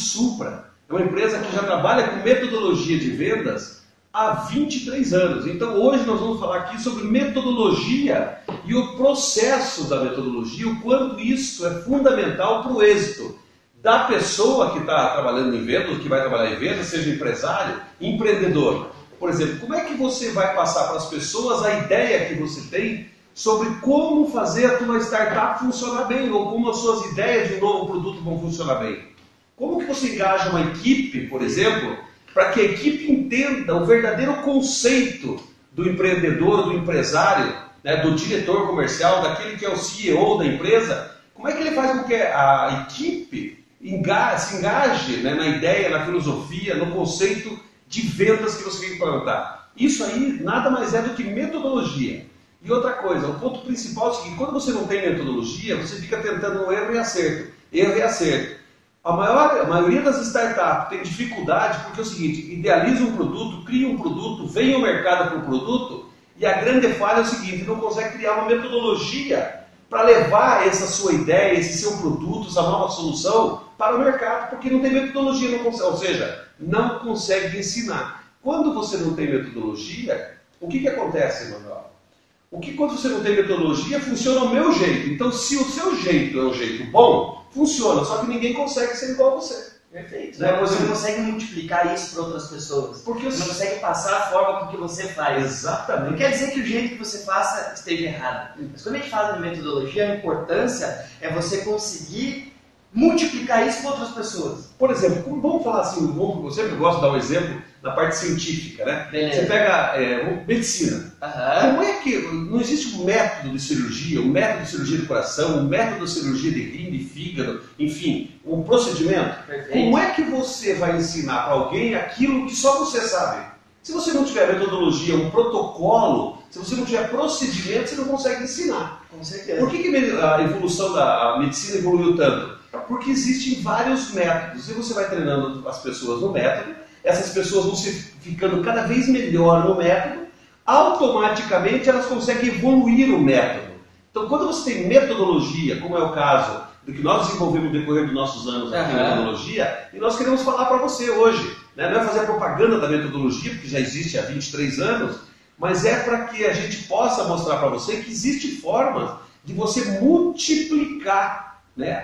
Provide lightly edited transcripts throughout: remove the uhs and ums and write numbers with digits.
Supra. É uma empresa que já trabalha com metodologia de vendas há 23 anos. Então hoje nós vamos falar aqui sobre metodologia e o processo da metodologia, o quanto isso é fundamental para o êxito da pessoa que está trabalhando em vendas, que vai trabalhar em vendas, seja empresário, empreendedor. Por exemplo, como é que você vai passar para as pessoas a ideia que você tem sobre como fazer a tua startup funcionar bem, ou como as suas ideias de um novo produto vão funcionar bem? Como que você engaja uma equipe, por exemplo, para que a equipe entenda o verdadeiro conceito do empreendedor, do empresário, né, do diretor comercial, daquele que é o CEO da empresa? Como é que ele faz com que a equipe se engaje, né, na ideia, na filosofia, no conceito de vendas que você quer implantar? Isso aí nada mais é do que metodologia. E outra coisa, o ponto principal é o seguinte: quando você não tem metodologia, você fica tentando um erro e acerto, erro e acerto. A maioria das startups tem dificuldade porque é o seguinte: idealiza um produto, cria um produto, vem ao mercado com o produto, e a grande falha é o seguinte: não consegue criar uma metodologia para levar essa sua ideia, esse seu produto, essa nova solução para o mercado, porque não tem metodologia, não consegue, ou seja, não consegue ensinar. Quando você não tem metodologia, o que acontece, Manuel? Quando você não tem metodologia, funciona o meu jeito. Então, se o seu jeito é um jeito bom, funciona, só que ninguém consegue ser igual a você. Perfeito. Né? Você não consegue multiplicar isso para outras pessoas. Porque você não consegue passar a forma com que você faz. Exatamente. Não quer dizer que o jeito que você faça esteja errado. Mas quando a gente fala de metodologia, a importância é você conseguir multiplicar isso para outras pessoas. Por exemplo, vamos falar assim, eu sempre gosto de dar um exemplo na parte científica, né? Beleza. Você pega medicina. Como é que não existe um método de cirurgia, um método de cirurgia de coração, um método de cirurgia de rim, de fígado, enfim, um procedimento? Perfeito. Como é que você vai ensinar para alguém aquilo que só você sabe? Se você não tiver metodologia, um protocolo, se você não tiver procedimento, você não consegue ensinar. Com certeza. Por que a evolução da medicina evoluiu tanto? Porque existem vários métodos e você vai treinando as pessoas no método, essas pessoas vão ficando cada vez melhor no método, automaticamente elas conseguem evoluir o método. Então, quando você tem metodologia, como é o caso do que nós desenvolvemos no decorrer dos nossos anos aqui na metodologia, e nós queremos falar para você hoje, né? Não é fazer a propaganda da metodologia, porque já existe há 23 anos, mas é para que a gente possa mostrar para você que existem formas de você multiplicar, né,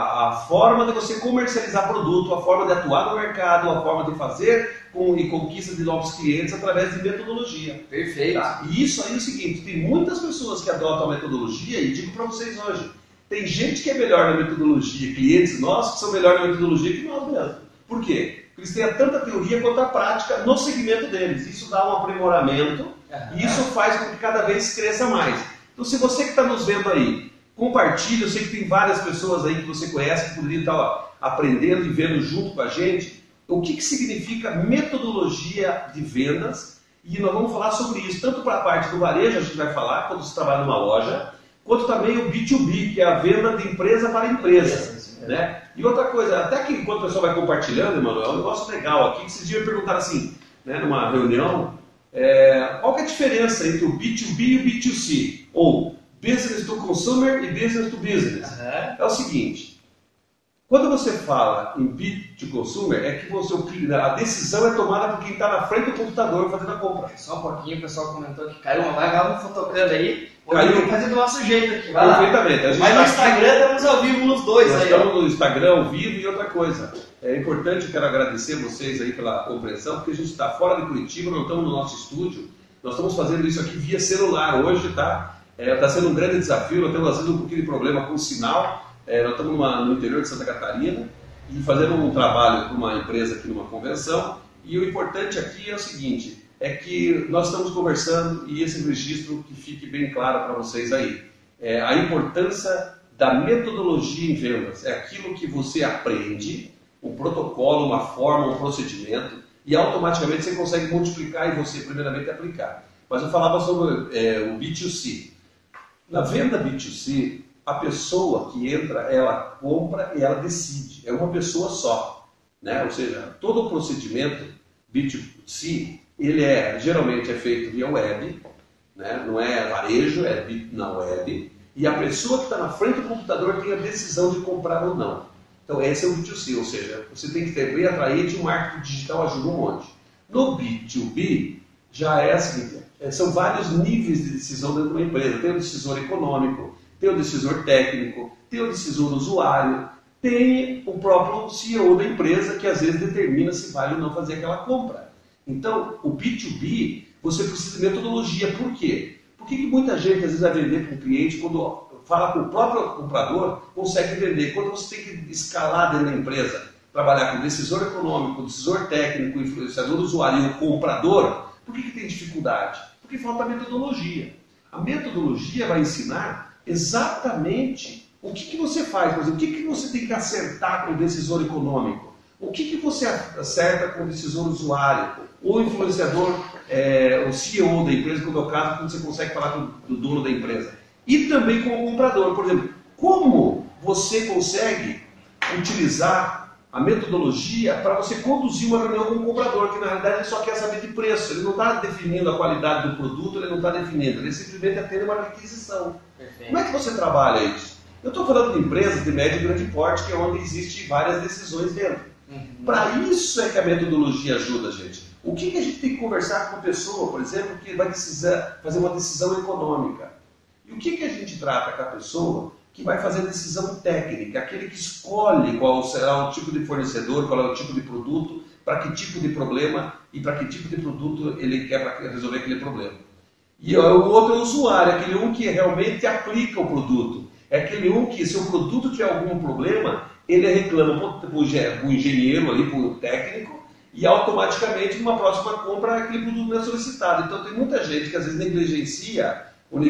a forma de você comercializar produto, a forma de atuar no mercado, a forma de fazer e conquista de novos clientes através de metodologia. Perfeito. Tá? E isso aí é o seguinte: tem muitas pessoas que adotam a metodologia, e digo para vocês hoje, tem gente que é melhor na metodologia, clientes nossos que são melhores na metodologia que nós mesmos. Por quê? Porque eles têm tanta teoria quanto a prática no segmento deles. Isso dá um aprimoramento e isso faz com que cada vez cresça mais. Então, se você que está nos vendo aí, compartilhe. Eu sei que tem várias pessoas aí que você conhece que poderiam estar aprendendo e vendo junto com a gente o que significa metodologia de vendas, e nós vamos falar sobre isso, tanto para a parte do varejo, a gente vai falar, quando você trabalha numa loja, quanto também o B2B, que é a venda de empresa para empresa. Né? E outra coisa, até que enquanto o pessoal vai compartilhando, Emanuel, é um negócio legal aqui, que esses dias me perguntaram assim, né, numa reunião, qual que é a diferença entre o B2B e o B2C? Ou Business to Consumer e Business to Business. É o seguinte: quando você fala em B2 Consumer, é que a decisão é tomada por quem está na frente do computador fazendo a compra. Só um pouquinho, o pessoal comentou que caiu uma vaga, vamos fotocando aí. Caiu. Fazer do nosso jeito aqui, vai lá. Perfeitamente. Mas no Instagram estamos ao vivo nos dois. Nós aí. Estamos no Instagram ao vivo. E outra coisa, é importante, eu quero agradecer vocês aí pela compreensão, porque a gente está fora de Curitiba, não estamos no nosso estúdio, nós estamos fazendo isso aqui via celular hoje, tá? Está sendo um grande desafio, nós temos às vezes um pouquinho de problema com o sinal, nós estamos no interior de Santa Catarina e fazendo um trabalho com uma empresa aqui numa convenção, e o importante aqui é o seguinte, é que nós estamos conversando e esse registro que fique bem claro para vocês aí. A importância da metodologia em vendas, é aquilo que você aprende, um protocolo, uma forma, um procedimento, e automaticamente você consegue multiplicar e você primeiramente aplicar. Mas eu falava sobre o B2C. Na venda B2C, a pessoa que entra, ela compra e ela decide. É uma pessoa só. Né? Ou seja, todo o procedimento B2C, ele geralmente é feito via web, né? Não é varejo, é na web. E a pessoa que está na frente do computador tem a decisão de comprar ou não. Então esse é o B2C, ou seja, você tem que ter bem atraente, o marketing digital ajuda um monte. No B2B, já é assim, são vários níveis de decisão dentro de uma empresa. Tem o decisor econômico, tem o decisor técnico, tem o decisor usuário, tem o próprio CEO da empresa que às vezes determina se vale ou não fazer aquela compra. Então, o B2B, você precisa de metodologia. Por quê? Por que muita gente às vezes vai vender para um cliente, quando fala com o próprio comprador, consegue vender? Quando você tem que escalar dentro da empresa, trabalhar com o decisor econômico, o decisor técnico, o influenciador usuário e o comprador, por que tem dificuldade? Porque falta metodologia. A metodologia vai ensinar exatamente o que você faz. Por exemplo, o que você tem que acertar com o decisor econômico? O que você acerta com o decisor usuário? O influenciador, o CEO da empresa, no meu caso, quando você consegue falar com o dono da empresa. E também com o comprador. Por exemplo, como você consegue utilizar a metodologia para você conduzir uma reunião com o comprador, que na realidade ele só quer saber de preço, ele não está definindo a qualidade do produto, ele não está definindo, ele simplesmente atende uma requisição. Perfeito. Como é que você trabalha isso? Eu estou falando de empresas de médio e grande porte, que é onde existem várias decisões dentro. Para isso é que a metodologia ajuda a gente. O que a gente tem que conversar com uma pessoa, por exemplo, que vai precisar fazer uma decisão econômica? E o que a gente trata com a pessoa que vai fazer a decisão técnica, aquele que escolhe qual será o tipo de fornecedor, qual é o tipo de produto, para que tipo de problema e para que tipo de produto ele quer para resolver aquele problema. E o outro é o usuário, aquele um que realmente aplica o produto. É aquele um que, se o produto tiver algum problema, ele reclama para o engenheiro ali, para o técnico, e automaticamente, numa próxima compra, aquele produto não é solicitado. Então tem muita gente que às vezes negligencia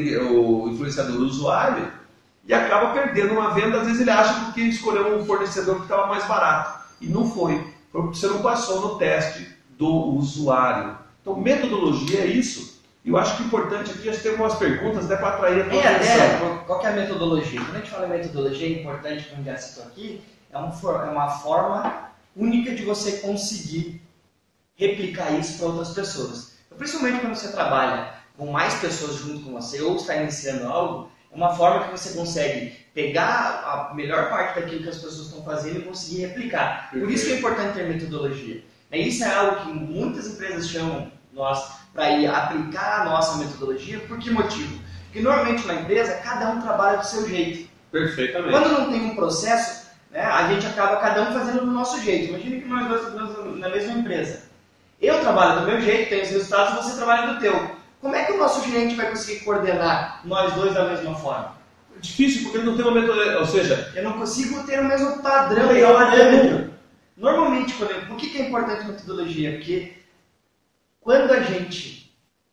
o influenciador do usuário e acaba perdendo uma venda. Às vezes ele acha que escolheu um fornecedor que estava mais barato. E não foi. Foi porque você não passou no teste do usuário. Então metodologia é isso. E eu acho que é importante aqui, a gente tem algumas perguntas até para atrair a tua atenção. Qual que é a metodologia? Quando a gente fala em metodologia, é importante, como já citou aqui, é uma forma única de você conseguir replicar isso para outras pessoas. Então, principalmente quando você trabalha com mais pessoas junto com você ou está iniciando algo, é uma forma que você consegue pegar a melhor parte daquilo que as pessoas estão fazendo e conseguir replicar. Por isso que é importante ter metodologia. Isso é algo que muitas empresas chamam nós para ir aplicar a nossa metodologia. Por que motivo? Porque normalmente na empresa cada um trabalha do seu jeito. Perfeitamente. Quando não tem um processo, né, a gente acaba cada um fazendo do nosso jeito. Imagina que nós dois trabalhamos na mesma empresa. Eu trabalho do meu jeito, tenho os resultados, e você trabalha do teu. Como é que o nosso gerente vai conseguir coordenar nós dois da mesma forma? É difícil, porque ele não tem uma metodologia, ou seja... Eu não consigo ter o mesmo padrão e parâmetro. Normalmente, por que é importante a metodologia? Porque quando a gente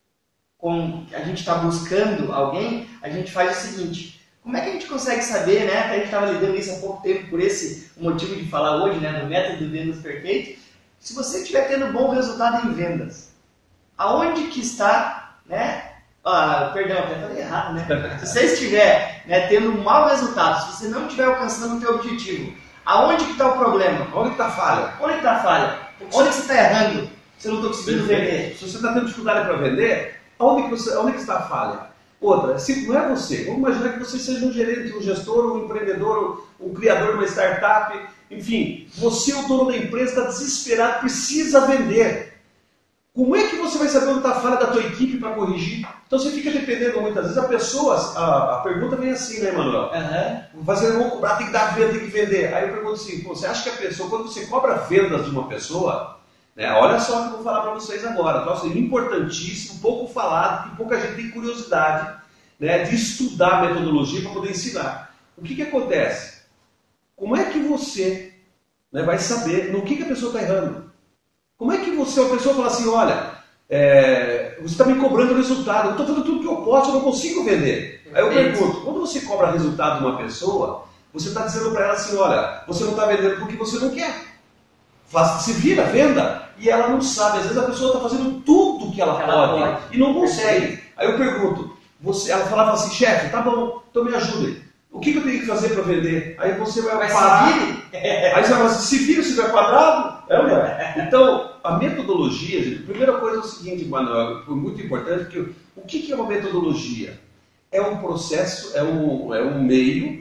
está buscando alguém, a gente faz o seguinte: como é que a gente consegue saber, né? Até a gente estava lidando isso há pouco tempo, por esse motivo de falar hoje, né, do método de vendas perfeito. Se você estiver tendo bom resultado em vendas, aonde que está, né? Perdão, até falei errado, né? Se você estiver, né, tendo um mau resultado, se você não estiver alcançando o seu objetivo, aonde que está o problema? Onde que está a falha? Onde que está a falha? Onde que você está errando? Você não está conseguindo vender. Se você está tendo dificuldade para vender, onde que está a falha? Outra, se não é você, vamos imaginar que você seja um gerente, um gestor, um empreendedor, um criador de uma startup, enfim, você, o dono da empresa, está desesperado, precisa vender. Como é que você vai saber onde está a falha da tua equipe para corrigir? Então você fica dependendo muitas vezes. A pergunta vem assim, né, Manuel? Vou cobrar, tem que dar venda, tem que vender. Aí eu pergunto assim, você acha que a pessoa, quando você cobra vendas de uma pessoa, né, olha só o que eu vou falar para vocês agora, troço importantíssimo, pouco falado, que pouca gente tem curiosidade, né, de estudar a metodologia para poder ensinar. O que acontece? Como é que você, né, vai saber no que a pessoa está errando? Como é que a pessoa fala assim, olha, você está me cobrando resultado, eu estou fazendo tudo que eu posso, eu não consigo vender. Aí eu pergunto, quando você cobra resultado de uma pessoa, você está dizendo para ela assim, olha, você não está vendendo porque você não quer. Se vira, venda. E ela não sabe, às vezes a pessoa está fazendo tudo que ela pode e não consegue. Aí eu pergunto, ela falava assim, chefe, tá bom, então me ajude. O que eu tenho que fazer para vender? Aí você vai parar. Aí você vai falar assim, se vira, se vai quadrado. Então, a metodologia, gente, a primeira coisa é o seguinte, Manuel, é muito importante, que o que é uma metodologia? É um processo, é um meio,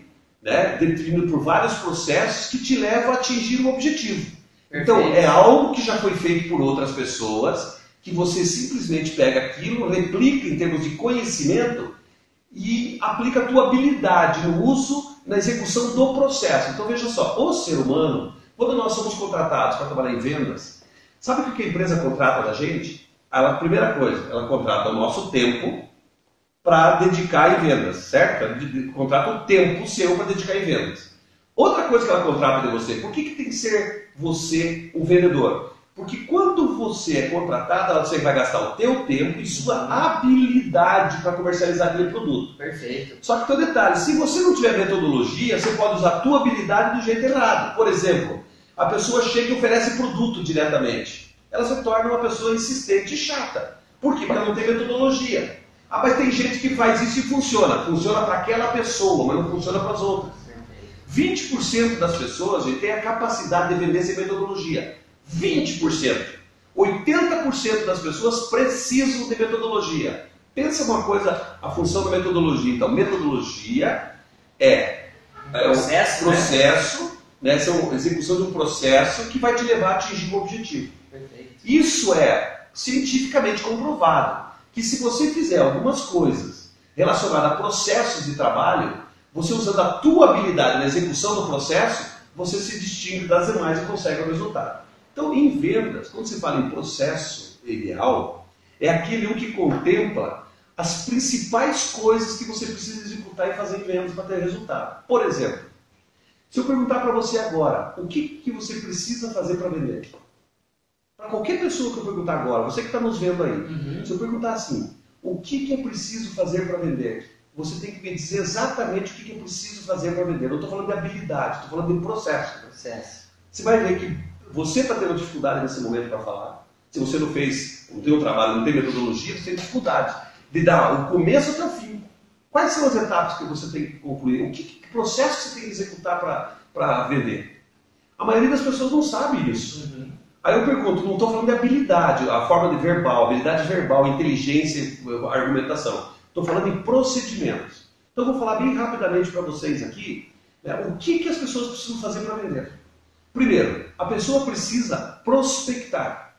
né, definido por vários processos que te levam a atingir um objetivo. Perfeito. Então, é algo que já foi feito por outras pessoas, que você simplesmente pega aquilo, replica em termos de conhecimento e aplica a tua habilidade no uso, na execução do processo. Então, veja só, o ser humano, quando nós somos contratados para trabalhar em vendas, sabe o que a empresa contrata da gente? A primeira coisa, ela contrata o nosso tempo para dedicar em vendas, certo? Ela contrata o tempo seu para dedicar em vendas. Outra coisa que ela contrata de você, por que tem que ser você um vendedor? Porque quando você é contratado, você vai gastar o teu tempo e sua habilidade para comercializar aquele produto. Perfeito. Só que tem um detalhe, se você não tiver metodologia, você pode usar a tua habilidade do jeito errado. Por exemplo, a pessoa chega e oferece produto diretamente. Ela se torna uma pessoa insistente e chata. Por quê? Porque ela não tem metodologia. Ah, mas tem gente que faz isso e funciona. Funciona para aquela pessoa, mas não funciona para as outras. 20% das pessoas tem a capacidade de vender sem metodologia. 20%. 80% das pessoas precisam de metodologia. Pensa uma coisa, a função da metodologia. Então, metodologia é processo, né? Essa execução de um processo que vai te levar a atingir um objetivo. Perfeito. Isso é cientificamente comprovado, que se você fizer algumas coisas relacionadas a processos de trabalho, você usando a tua habilidade na execução do processo, você se distingue das demais e consegue o resultado. Então, em vendas, quando se fala em processo ideal, é aquele que contempla as principais coisas que você precisa executar e fazer em vendas para ter resultado. Por exemplo, se eu perguntar para você agora, o que você precisa fazer para vender? Para qualquer pessoa que eu perguntar agora, você que está nos vendo aí, se eu perguntar assim, o que é preciso fazer para vender? Você tem que me dizer exatamente o que é preciso fazer para vender. Eu não estou falando de habilidade, estou falando de processo. Você vai ver que você está tendo dificuldade nesse momento para falar. Se você não fez o teu trabalho, não tem metodologia, você tem dificuldade de dar o começo até o fim. Quais são as etapas que você tem que concluir? Que processo você tem que executar para vender? A maioria das pessoas não sabe isso. Aí eu pergunto, não estou falando de habilidade, a forma de verbal, habilidade verbal, inteligência, argumentação. Estou falando em procedimentos. Então eu vou falar bem rapidamente para vocês aqui, né, o que as pessoas precisam fazer para vender. Primeiro, a pessoa precisa prospectar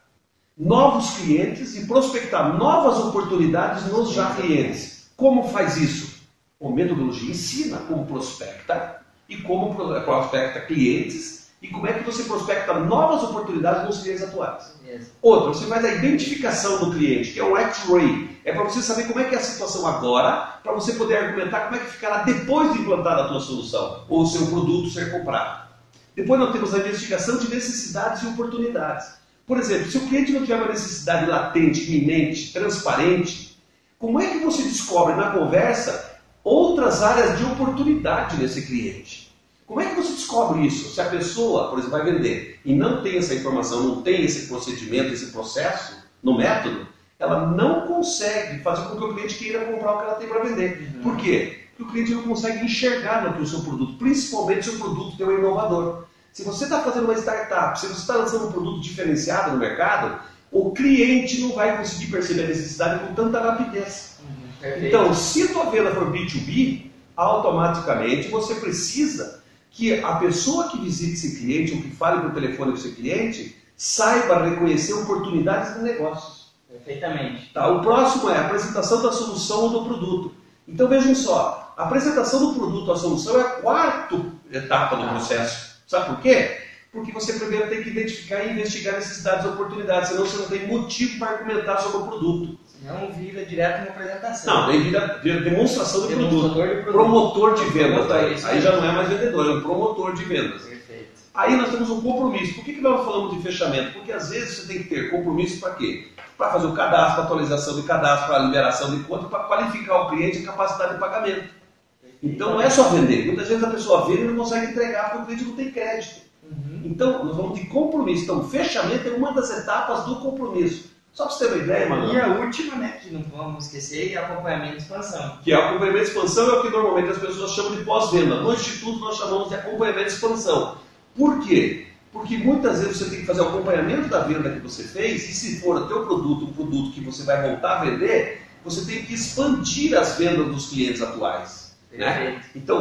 novos clientes e prospectar novas oportunidades nos já clientes. Como faz isso? A metodologia ensina como prospecta e como prospecta clientes e como é que você prospecta novas oportunidades nos clientes atuais. Outra, você faz a identificação do cliente, que é o X-ray. É para você saber como é que é a situação agora, para você poder argumentar como é que ficará depois de implantar a tua solução ou o seu produto ser comprado. Depois nós temos a investigação de necessidades e oportunidades. Por exemplo, se o cliente não tiver uma necessidade latente, iminente, transparente, como é que você descobre na conversa outras áreas de oportunidade nesse cliente? Como é que você descobre isso? Se a pessoa, por exemplo, vai vender e não tem essa informação, não tem esse procedimento, esse processo no método, ela não consegue fazer com que o cliente queira comprar o que ela tem para vender. Por quê? Porque o cliente não consegue enxergar no seu produto, principalmente se o produto tem um inovador. Se você está fazendo uma startup, se você está lançando um produto diferenciado no mercado, o cliente não vai conseguir perceber a necessidade com tanta rapidez. Então, se a tua venda for B2B, automaticamente você precisa que a pessoa que visite esse cliente ou que fale por telefone com esse cliente saiba reconhecer oportunidades de negócios. Perfeitamente. Tá, o próximo é a apresentação da solução ou do produto. Então vejam só, a apresentação do produto ou a solução é a quarta etapa do processo. Sabe por quê? Porque você primeiro tem que identificar e investigar necessidades e oportunidades, senão você não tem motivo para argumentar sobre o produto. Senão vira direto uma apresentação. Não, daí vira demonstração de produto. Promotor de vendas. Aí já não é mais vendedor, é um promotor de vendas. Perfeito. Aí nós temos um compromisso. Por que nós falamos de fechamento? Porque às vezes você tem que ter compromisso para quê? Para fazer o cadastro, atualização de cadastro, para liberação de conta, para qualificar o cliente e capacidade de pagamento. Então não é só vender. Muitas vezes a pessoa vende e não consegue entregar porque o cliente não tem crédito. Então nós vamos de compromisso. Então o fechamento é uma das etapas do compromisso. Só para você ter uma ideia, mano. E a última, né, que não vamos esquecer, é acompanhamento e expansão. Que é o acompanhamento e expansão é o que normalmente as pessoas chamam de pós-venda. No Instituto nós chamamos de acompanhamento e expansão. Por quê? Porque muitas vezes você tem que fazer o acompanhamento da venda que você fez e se for o teu produto, um produto que você vai voltar a vender, você tem que expandir as vendas dos clientes atuais. Né? Então,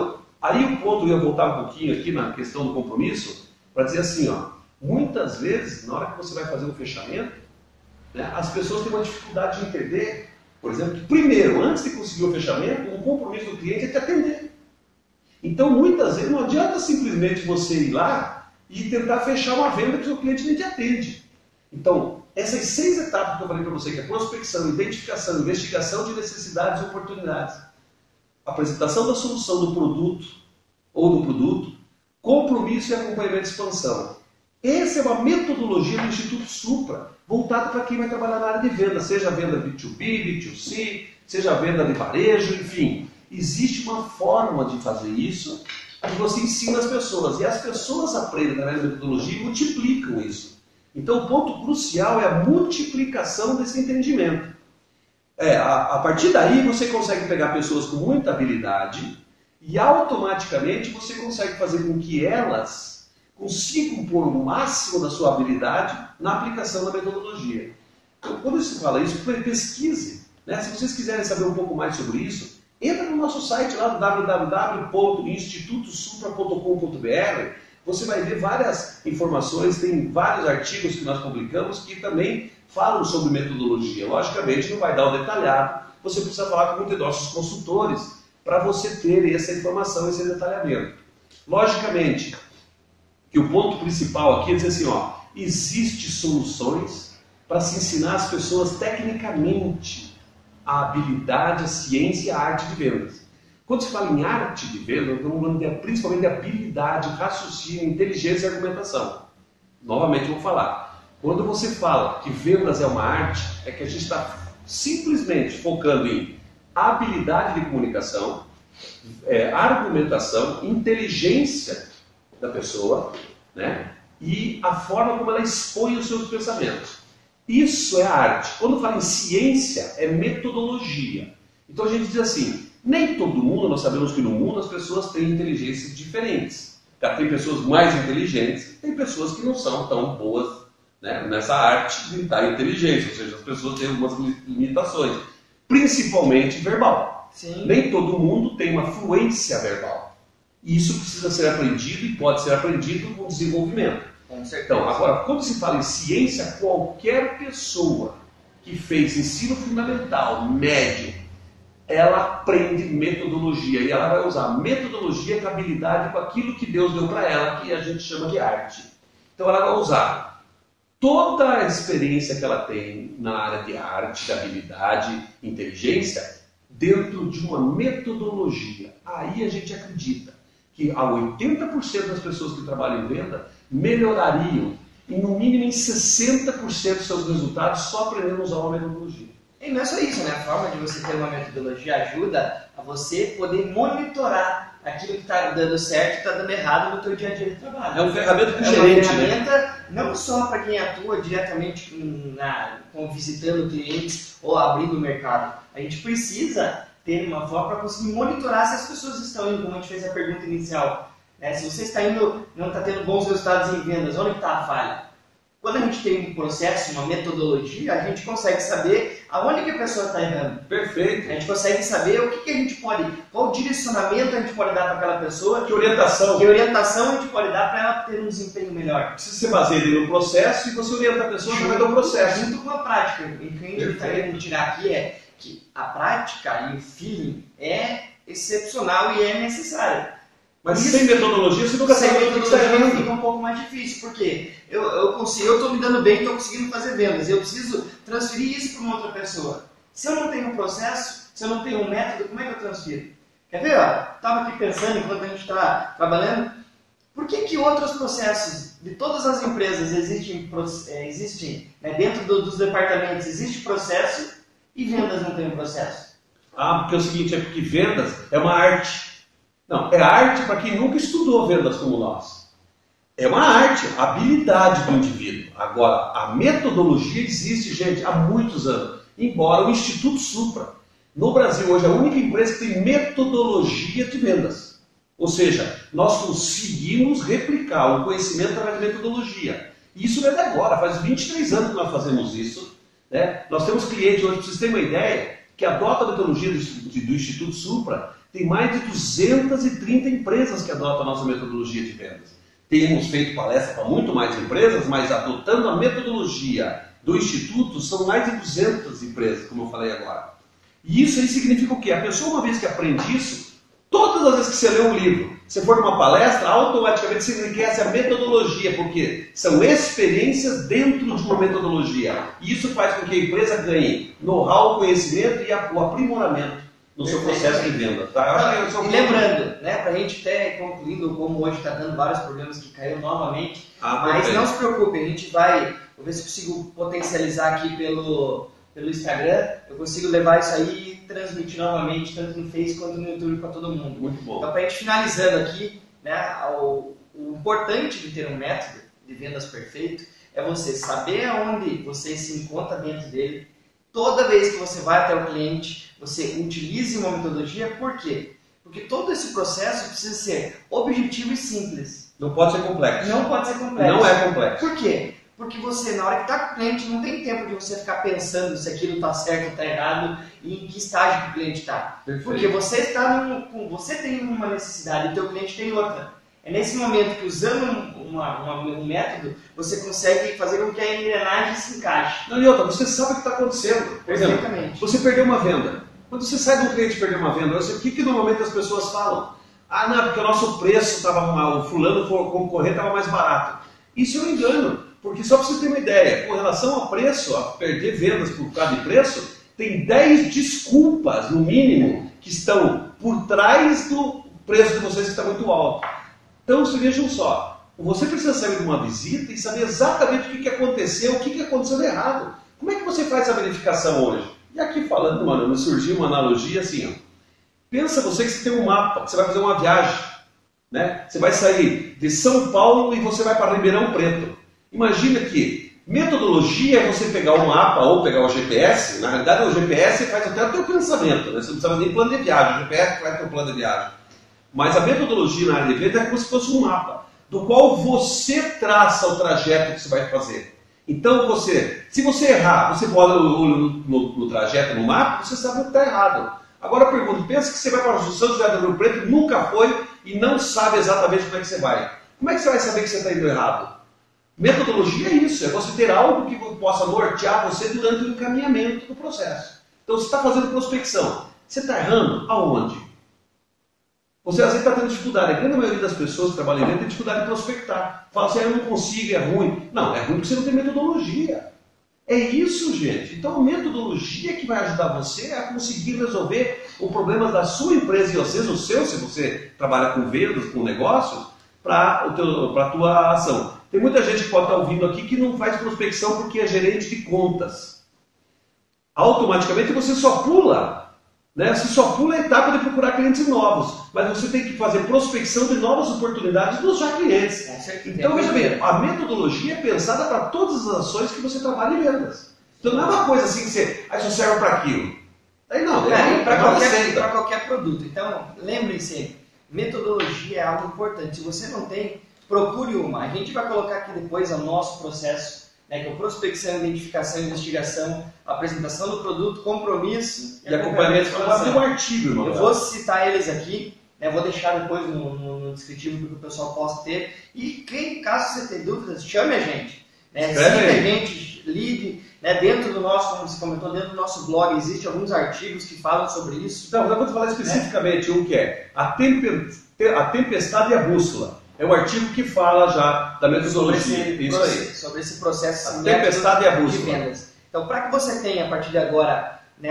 Aí o ponto, eu ia voltar um pouquinho aqui na questão do compromisso, para dizer assim, ó, muitas vezes, na hora que você vai fazer um fechamento, né, as pessoas têm uma dificuldade de entender, por exemplo, que primeiro, antes de conseguir o fechamento, o compromisso do cliente é te atender. Então, muitas vezes, não adianta simplesmente você ir lá e tentar fechar uma venda que o seu cliente nem te atende. Então, essas 6 etapas que eu falei para você, que é prospecção, identificação, investigação de necessidades e oportunidades, apresentação da solução do produto ou do produto, compromisso e acompanhamento de expansão. Essa é uma metodologia do Instituto Supra, voltada para quem vai trabalhar na área de venda, seja a venda B2B, B2C, seja a venda de varejo, enfim. Existe uma forma de fazer isso que você ensina as pessoas. E as pessoas aprendem através da metodologia e multiplicam isso. Então o ponto crucial é a multiplicação desse entendimento. A partir daí você consegue pegar pessoas com muita habilidade e automaticamente você consegue fazer com que elas consigam pôr o máximo da sua habilidade na aplicação da metodologia. Então, quando se fala isso, pesquise. Né? Se vocês quiserem saber um pouco mais sobre isso, entra no nosso site lá do www.institutosupra.com.br. Você vai ver várias informações, tem vários artigos que nós publicamos que também falam sobre metodologia. Logicamente não vai dar o detalhado, você precisa falar com muitos de nossos consultores para você ter essa informação, esse detalhamento. Logicamente, que o ponto principal aqui é dizer assim, ó, existe soluções para se ensinar as pessoas tecnicamente a habilidade, a ciência e a arte de vendas. Quando se fala em arte de venda, nós estamos falando principalmente de habilidade, raciocínio, inteligência e argumentação. Novamente vou falar. Quando você fala que vendas é uma arte, é que a gente está simplesmente focando em habilidade de comunicação, argumentação, inteligência da pessoa, né? E a forma como ela expõe os seus pensamentos. Isso é a arte. Quando fala em ciência, é metodologia. Então a gente diz assim, nem todo mundo, nós sabemos que no mundo as pessoas têm inteligências diferentes. Tem pessoas mais inteligentes, tem pessoas que não são tão boas, né, nessa arte de dar inteligência, ou seja, as pessoas têm algumas limitações, principalmente verbal. Sim. Nem todo mundo tem uma fluência verbal. E isso precisa ser aprendido e pode ser aprendido com desenvolvimento. Com certeza. Então, agora, quando se fala em ciência, qualquer pessoa que fez ensino fundamental, médio, ela aprende metodologia e ela vai usar metodologia com habilidade com aquilo que Deus deu para ela, que a gente chama de arte. Então ela vai usar toda a experiência que ela tem na área de arte, de habilidade, inteligência, dentro de uma metodologia. Aí a gente acredita que a 80% das pessoas que trabalham em venda melhorariam em no mínimo em 60% dos seus resultados só aprendendo a usar uma metodologia. E não é só isso, né? A forma de você ter uma metodologia ajuda a você poder monitorar aquilo que está dando certo e está dando errado no teu dia a dia de trabalho. É uma ferramenta para o gerente, gerente, uma ferramenta, né? Não só para quem atua diretamente visitando clientes ou abrindo o mercado. A gente precisa ter uma forma para conseguir monitorar se as pessoas estão indo, como a gente fez a pergunta inicial. Se você está indo, não está tendo bons resultados em vendas, onde está a falha? Quando a gente tem um processo, uma metodologia, a gente consegue saber aonde que a pessoa está errando. Perfeito. A gente consegue saber o que a gente pode, qual direcionamento a gente pode dar para aquela pessoa, que orientação a gente pode dar para ela ter um desempenho melhor. Precisa ser baseado no processo e você orienta a pessoa através do processo. Junto com a prática. O que a gente está querendo tirar aqui é que a prática e o feeling é excepcional e é necessário. Mas sem metodologia, você nunca sabe o que está errando. Fica um pouco mais difícil, porque eu estou me dando bem, estou conseguindo fazer vendas, eu preciso transferir isso para uma outra pessoa. Se eu não tenho um processo, se eu não tenho um método, como é que eu transfiro? Quer ver? Estava aqui pensando, enquanto a gente está trabalhando, por que outros processos de todas as empresas existem dentro dos departamentos, existe processo e vendas não tem um processo? Porque é o seguinte, é porque vendas é uma arte. Não, é arte para quem nunca estudou vendas como nós. É uma arte, a habilidade do indivíduo. Agora, a metodologia existe, gente, há muitos anos. Embora o Instituto Supra, no Brasil hoje, é a única empresa que tem metodologia de vendas. Ou seja, nós conseguimos replicar o conhecimento através da metodologia. Isso não é de agora, faz 23 anos que nós fazemos isso. Né? Nós temos clientes hoje, para vocês terem uma ideia, que adotam a metodologia do Instituto Supra, tem mais de 230 empresas que adotam a nossa metodologia de vendas. Temos feito palestra para muito mais empresas, mas adotando a metodologia do Instituto são mais de 200 empresas, como eu falei agora. E isso aí significa o quê? A pessoa, uma vez que aprende isso, todas as vezes que você lê um livro, você for numa palestra, automaticamente você enriquece a metodologia, porque são experiências dentro de uma metodologia. E isso faz com que a empresa ganhe know-how, conhecimento e o aprimoramento no seu processo de venda. Tá? E lembrando, né, para a gente até concluindo, como hoje está dando vários problemas que caíram novamente, mas não se preocupe, a gente vai, vou ver se consigo potencializar aqui pelo Instagram, eu consigo levar isso aí e transmitir novamente, tanto no Face quanto no YouTube para todo mundo. Muito bom. Então, para a gente finalizando aqui, né, o importante de ter um método de vendas perfeito é você saber aonde você se encontra dentro dele. Toda vez que você vai até o cliente, você utilize uma metodologia. Por quê? Porque todo esse processo precisa ser objetivo e simples. Não pode ser complexo. Não pode ser complexo. Não é complexo. Por quê? Porque você, na hora que está com o cliente, não tem tempo de você ficar pensando se aquilo está certo ou está errado e em que estágio que o cliente está. Porque você você tem uma necessidade e o teu cliente tem outra. É nesse momento que, usando um método, você consegue fazer com que a engrenagem se encaixe. Não, e outra, você sabe o que está acontecendo. Por exemplo, você perdeu uma venda. Quando você sai de um cliente e perdeu uma venda, o que normalmente as pessoas falam? Ah, não, porque o nosso preço estava mal, o fulano concorrente estava mais barato. Isso é um engano, porque só para você ter uma ideia, com relação a preço, a perder vendas por causa de preço, tem 10 desculpas, no mínimo, que estão por trás do preço de vocês que está muito alto. Então, vejam só, você precisa sair de uma visita e saber exatamente o que aconteceu, o que aconteceu de errado. Como é que você faz essa verificação hoje? E aqui falando, mano, me surgiu uma analogia assim, ó. Pensa você que você tem um mapa, que você vai fazer uma viagem, né? Você vai sair de São Paulo e você vai para Ribeirão Preto. Imagina que metodologia é você pegar o mapa ou pegar o GPS. Na realidade, o GPS faz até o teu pensamento, né? Você não precisa nem plano de viagem, o GPS faz o teu plano de viagem. Mas a metodologia na área de venda é como se fosse um mapa, do qual você traça o trajeto que você vai fazer. Então, se você errar, você olha no trajeto, no mapa, você sabe o que está errado. Agora eu pergunto, pensa que você vai para São José do Rio Preto, nunca foi e não sabe exatamente como é que você vai. Como é que você vai saber que você está indo errado? Metodologia é isso, é você ter algo que possa nortear você durante o encaminhamento do processo. Então, você está fazendo prospecção, você está errando aonde? Você às vezes está tendo dificuldade. A grande maioria das pessoas que trabalham em venda tem dificuldade de prospectar. Fala assim, eu não consigo, é ruim. Não, é ruim porque você não tem metodologia. É isso, gente. Então a metodologia que vai ajudar você a conseguir resolver o problema da sua empresa e às vezes o seu, se você trabalha com vendas, com negócios, para a tua ação. Tem muita gente que pode estar ouvindo aqui que não faz prospecção porque é gerente de contas. Automaticamente você só pula. Né? Você só pula a etapa de procurar clientes novos, mas você tem que fazer prospecção de novas oportunidades dos já clientes. Então, veja bem, a metodologia é pensada para todas as ações que você trabalha em vendas. Então, não é uma coisa assim que você só serve para aquilo. Aí não, para qualquer produto. Então, lembrem-se, metodologia é algo importante. Se você não tem, procure uma. A gente vai colocar aqui depois o nosso processo, né, que é prospecção, identificação, investigação, apresentação do produto, compromisso e acompanhamento. Eu vou abrir um artigo, irmão. Eu vou citar eles aqui, né, vou deixar depois no descritivo para que o pessoal possa ter. E caso você tenha dúvidas, chame a gente. Né, siga a gente, ligue. Né, dentro do nosso, como você comentou, dentro do nosso blog existem alguns artigos que falam sobre isso. Então, eu vou te falar especificamente um que é a tempestade e a bússola. É um artigo que fala já da metodologia. Sobre esse processo. A tempestade e a bússola. De vendas. Então, para que você tenha, a partir de agora, né,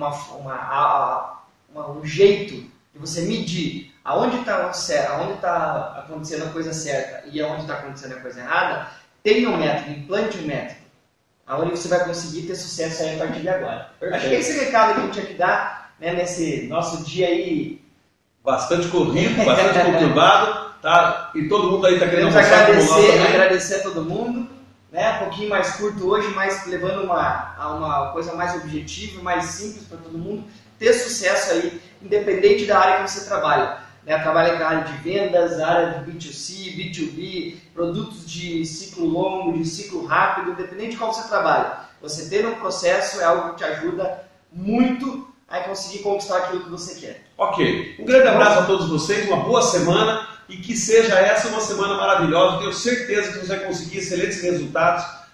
um jeito de você medir aonde está acontecendo a coisa certa e aonde está acontecendo a coisa errada, tenha um método, implante um método, aonde você vai conseguir ter sucesso aí a partir de agora. Perfeito. Acho que esse recado que a gente tinha que dar, né, nesse nosso dia aí... Bastante corrido, bastante conturbado. Tá? E todo mundo aí está querendo mostrar como nós agradecer a todo mundo, né? Um pouquinho mais curto hoje, mas levando a uma coisa mais objetiva, mais simples para todo mundo ter sucesso aí, independente da área que você trabalha. Né? Trabalha na área de vendas, área de B2C, B2B, produtos de ciclo longo, de ciclo rápido, independente de qual você trabalha. Você ter um processo é algo que te ajuda muito a conseguir conquistar aquilo que você quer. Ok. Um grande abraço a todos vocês, uma boa semana e que seja essa uma semana maravilhosa. Tenho certeza que você vai conseguir excelentes resultados